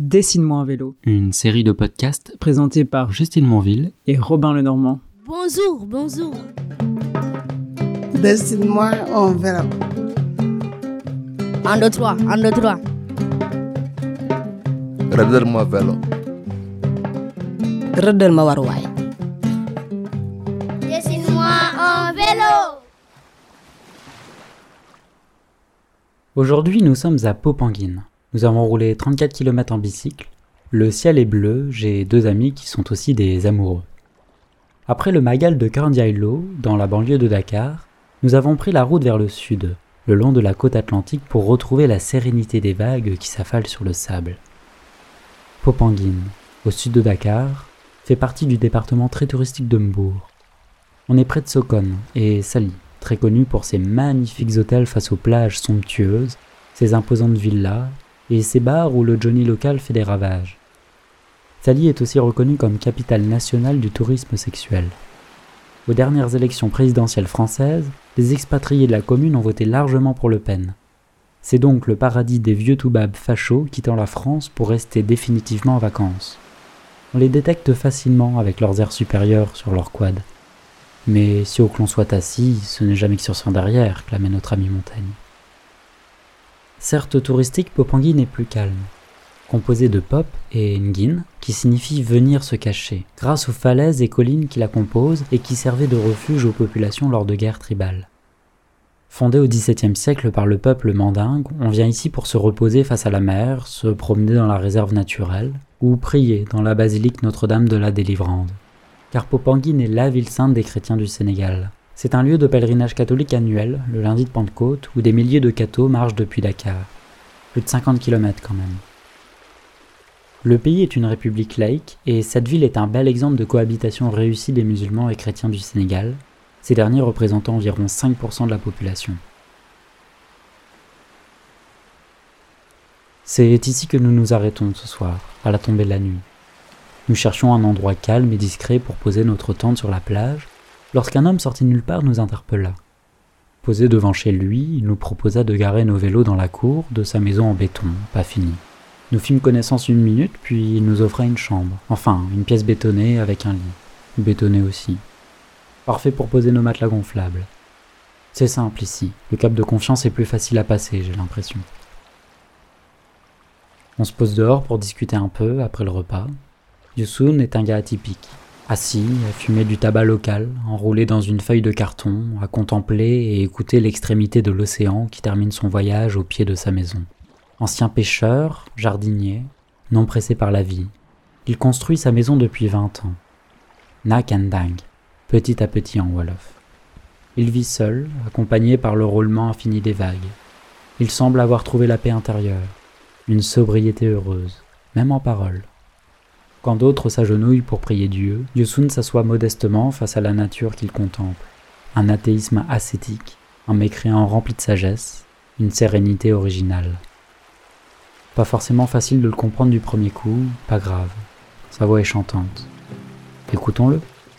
Dessine-moi un vélo, une série de podcasts présentée par Justine Monville et Robin Lenormand. Bonjour. Dessine-moi un vélo. 1, 2, 3. Rëddal-moi vélo. Rëddal ma waruwaay. Dessine-moi un vélo. Aujourd'hui, nous sommes à Popenguine. Nous avons roulé 34 km en bicycle. Le ciel est bleu, j'ai 2 amis qui sont aussi des amoureux. Après le Magal de Karndiaïlo, dans la banlieue de Dakar, nous avons pris la route vers le sud, le long de la côte atlantique pour retrouver la sérénité des vagues qui s'affalent sur le sable. Popenguine, au sud de Dakar, fait partie du département très touristique de Mbour. On est près de Sokone et Sali, très connu pour ses magnifiques hôtels face aux plages somptueuses, ses imposantes villas et ses bars où le Johnny local fait des ravages. Sali est aussi reconnue comme capitale nationale du tourisme sexuel. Aux dernières élections présidentielles françaises, les expatriés de la commune ont voté largement pour Le Pen. C'est donc le paradis des vieux toubabs fachos quittant la France pour rester définitivement en vacances. On les détecte facilement avec leurs airs supérieurs sur leur quad. Mais si au que l'on soit assis, ce n'est jamais que sur son derrière, clamait notre ami Montaigne. Certes touristique, Popenguine est plus calme. Composé de Pop et Ngin, qui signifie venir se cacher, grâce aux falaises et collines qui la composent et qui servaient de refuge aux populations lors de guerres tribales. Fondée au XVIIe siècle par le peuple mandingue, on vient ici pour se reposer face à la mer, se promener dans la réserve naturelle, ou prier dans la basilique Notre-Dame de la Délivrande. Car Popenguine est la ville sainte des chrétiens du Sénégal. C'est un lieu de pèlerinage catholique annuel, le lundi de Pentecôte, où des milliers de cathos marchent depuis Dakar. Plus de 50 km quand même. Le pays est une république laïque, et cette ville est un bel exemple de cohabitation réussie des musulmans et chrétiens du Sénégal, ces derniers représentant environ 5% de la population. C'est ici que nous nous arrêtons ce soir, à la tombée de la nuit. Nous cherchions un endroit calme et discret pour poser notre tente sur la plage, lorsqu'un homme sorti de nulle part nous interpella. Posé devant chez lui, il nous proposa de garer nos vélos dans la cour de sa maison en béton, pas finie. Nous fîmes connaissance 1 minute, puis il nous offra une chambre, enfin une pièce bétonnée avec un lit, bétonné aussi. Parfait pour poser nos matelas gonflables. C'est simple ici, le cap de confiance est plus facile à passer, j'ai l'impression. On se pose dehors pour discuter un peu après le repas. Youssoun est un gars atypique. Assis, à fumer du tabac local, enroulé dans une feuille de carton, à contempler et écouter l'extrémité de l'océan qui termine son voyage au pied de sa maison. Ancien pêcheur, jardinier, non pressé par la vie, il construit sa maison depuis 20 ans. Nak Ndang, petit à petit en wolof. Il vit seul, accompagné par le roulement infini des vagues. Il semble avoir trouvé la paix intérieure, une sobriété heureuse, même en paroles. Quand d'autres s'agenouillent pour prier Dieu, Youssoun s'assoit modestement face à la nature qu'il contemple. Un athéisme ascétique, un mécréant rempli de sagesse, une sérénité originale. Pas forcément facile de le comprendre du premier coup, pas grave. Sa voix est chantante. Écoutons-le.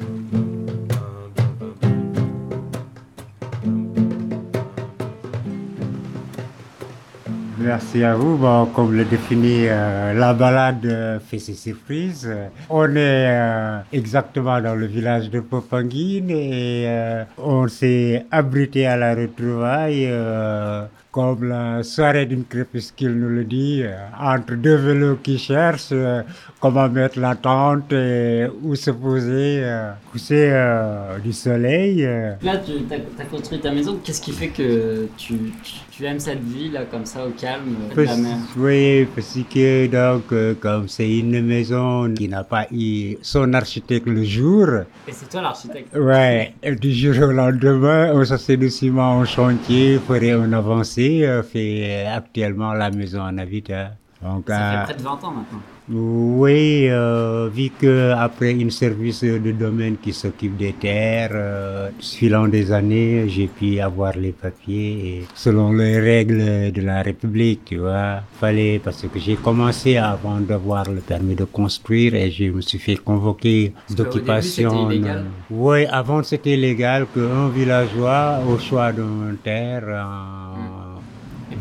Merci à vous. Bon, comme le définit la balade fait ses surprises. On est exactement dans le village de Popenguine et on s'est abrité à la retrouvaille comme la soirée d'une crépuscule nous le dit, entre 2 vélos qui cherchent comment mettre la tente et où se poser, coucher du soleil. Là, tu as construit ta maison. Qu'est-ce qui fait que tu aimes cette vie là, comme ça, au calme de la mer? Oui, parce que donc, comme c'est une maison qui n'a pas eu son architecte le jour. Et c'est toi l'architecte? Ouais, et du jour au lendemain, on s'est doucement en chantier, ferait une avancée, fait actuellement la maison en habitat. Donc, ça fait près de 20 ans maintenant. Oui, vu qu'après un service de domaine qui s'occupe des terres, filant des années, j'ai pu avoir les papiers et selon les règles de la République, tu vois. Fallait, parce que j'ai commencé avant d'avoir le permis de construire et je me suis fait convoquer d'occupation. Au début, c'était illégal. Oui, avant c'était légal qu'un villageois, au choix d'une terre,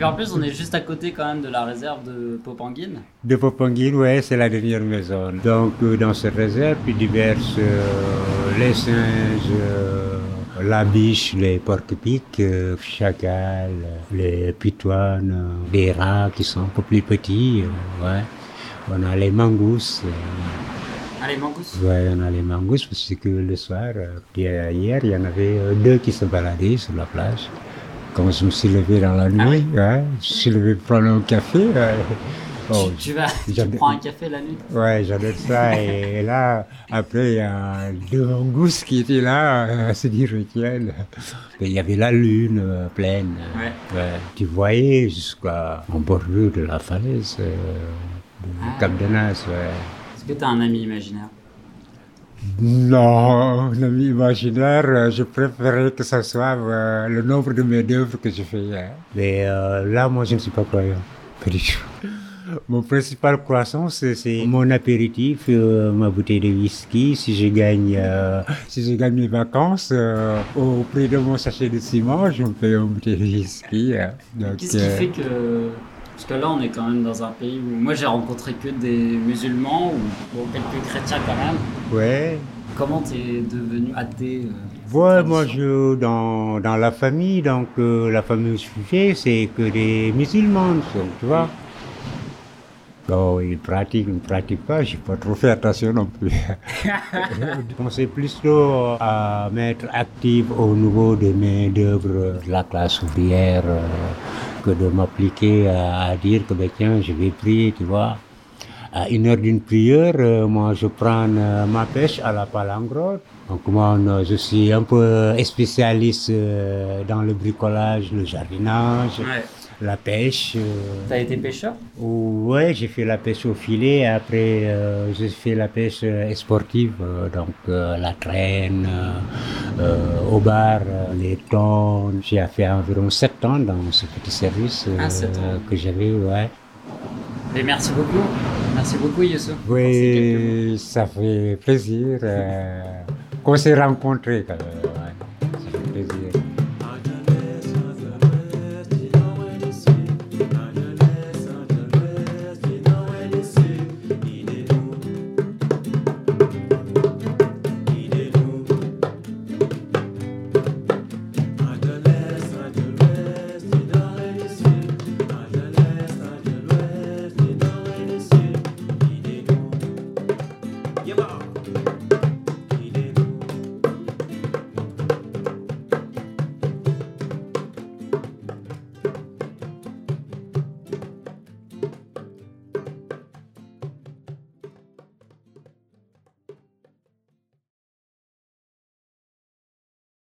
puis en plus, on est juste à côté quand même de la réserve de Popenguine. De Popenguine, ouais, c'est la dernière maison. Donc, dans cette réserve, ils diversent les singes, la biche, les porc-épics, chacals, les pitoines, des rats qui sont un peu plus petits. Ouais. On a les mangousses. Ah, les mangousses? Ouais, on a les mangousses parce que le soir, hier, il y en avait deux qui se baladaient sur la plage. Quand je me suis levé dans la nuit, ouais, je suis levé prendre un café. Tu prends un café la nuit? Ouais, j'adore ça. Et là, après, il y a deux mangousses qui étaient là, à se dire, tiens, il y avait la lune pleine. Ouais. Tu voyais jusqu'en bordure de la falaise du Cap de Nas. Ouais. Est-ce que tu as un ami imaginaire? Non, un ami imaginaire, je préférais que ça soit le nombre de mes œuvres que je fais. Hein. Mais là, moi, je ne suis pas croyant. Pas du tout. Mon principal croissant, c'est mon apéritif, ma bouteille de whisky. Si je gagne mes vacances, au prix de mon sachet de ciment, je me fais une bouteille de whisky. Donc, qu'est-ce qui fait que... Parce que là, on est quand même dans un pays où... Moi, j'ai rencontré que des musulmans ou quelques chrétiens quand même. Ouais. Comment t'es devenu athée Ouais, moi, dans la famille, donc la famille où je vivais, c'est que des musulmans, tu vois. Bon, ils ne pratiquent pas, je n'ai pas trop fait attention non plus. Je pensais plutôt à m'être actif au niveau de mes œuvres de la classe ouvrière que de m'appliquer à dire que, tiens, je vais prier, tu vois. À 1 heure d'une prière, moi, je prends ma pêche à la palangre. Donc, moi, je suis un peu spécialiste dans le bricolage, le jardinage. Ouais. La pêche. T'as été pêcheur? Ouais, j'ai fait la pêche au filet. Après, j'ai fait la pêche sportive, donc la traîne, au bar, les tonnes. J'ai fait environ 7 ans dans ce petit service que j'avais, ouais. Et merci beaucoup. Merci beaucoup, Youssou. Oui, ça fait plaisir qu'on s'est rencontrés quand même.